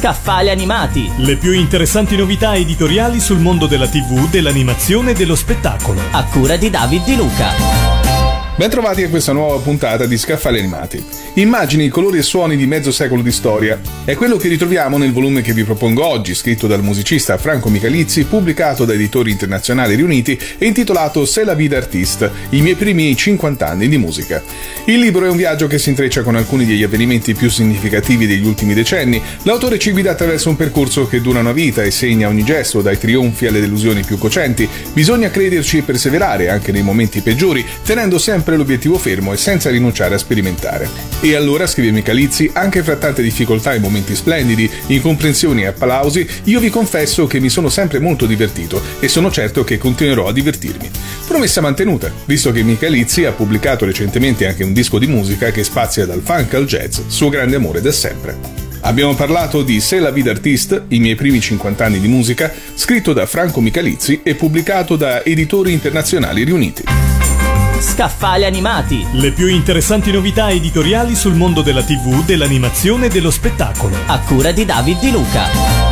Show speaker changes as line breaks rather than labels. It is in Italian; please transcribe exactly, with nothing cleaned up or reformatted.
Scaffali animati.
Le più interessanti novità editoriali sul mondo della tivù, dell'animazione e dello spettacolo.
A cura di David Di Luca.
Bentrovati a questa nuova puntata di Scaffali animati. Immagini, colori e suoni di mezzo secolo di storia. È quello che ritroviamo nel volume che vi propongo oggi, scritto dal musicista Franco Michalizzi, pubblicato da Editori Internazionali Riuniti e intitolato C'est la vie d'artiste, i miei primi cinquanta anni di musica. Il libro è un viaggio che si intreccia con alcuni degli avvenimenti più significativi degli ultimi decenni. L'autore ci guida attraverso un percorso che dura una vita e segna ogni gesto, dai trionfi alle delusioni più cocenti. Bisogna crederci e perseverare anche nei momenti peggiori, tenendo sempre l'obiettivo fermo e senza rinunciare a sperimentare. E allora, scrive Michalizzi, anche fra tante difficoltà e momenti splendidi, incomprensioni e applausi, io vi confesso che mi sono sempre molto divertito e sono certo che continuerò a divertirmi. Promessa mantenuta, visto che Michalizzi ha pubblicato recentemente anche un disco di musica che spazia dal funk al jazz, suo grande amore da sempre. Abbiamo parlato di C'est la vie d'artiste, i miei primi cinquanta anni di musica, scritto da Franco Michalizzi e pubblicato da Editori Internazionali Riuniti.
Scaffali animati.
Le più interessanti novità editoriali sul mondo della tivù, dell'animazione e dello spettacolo.
A cura di David Di Luca.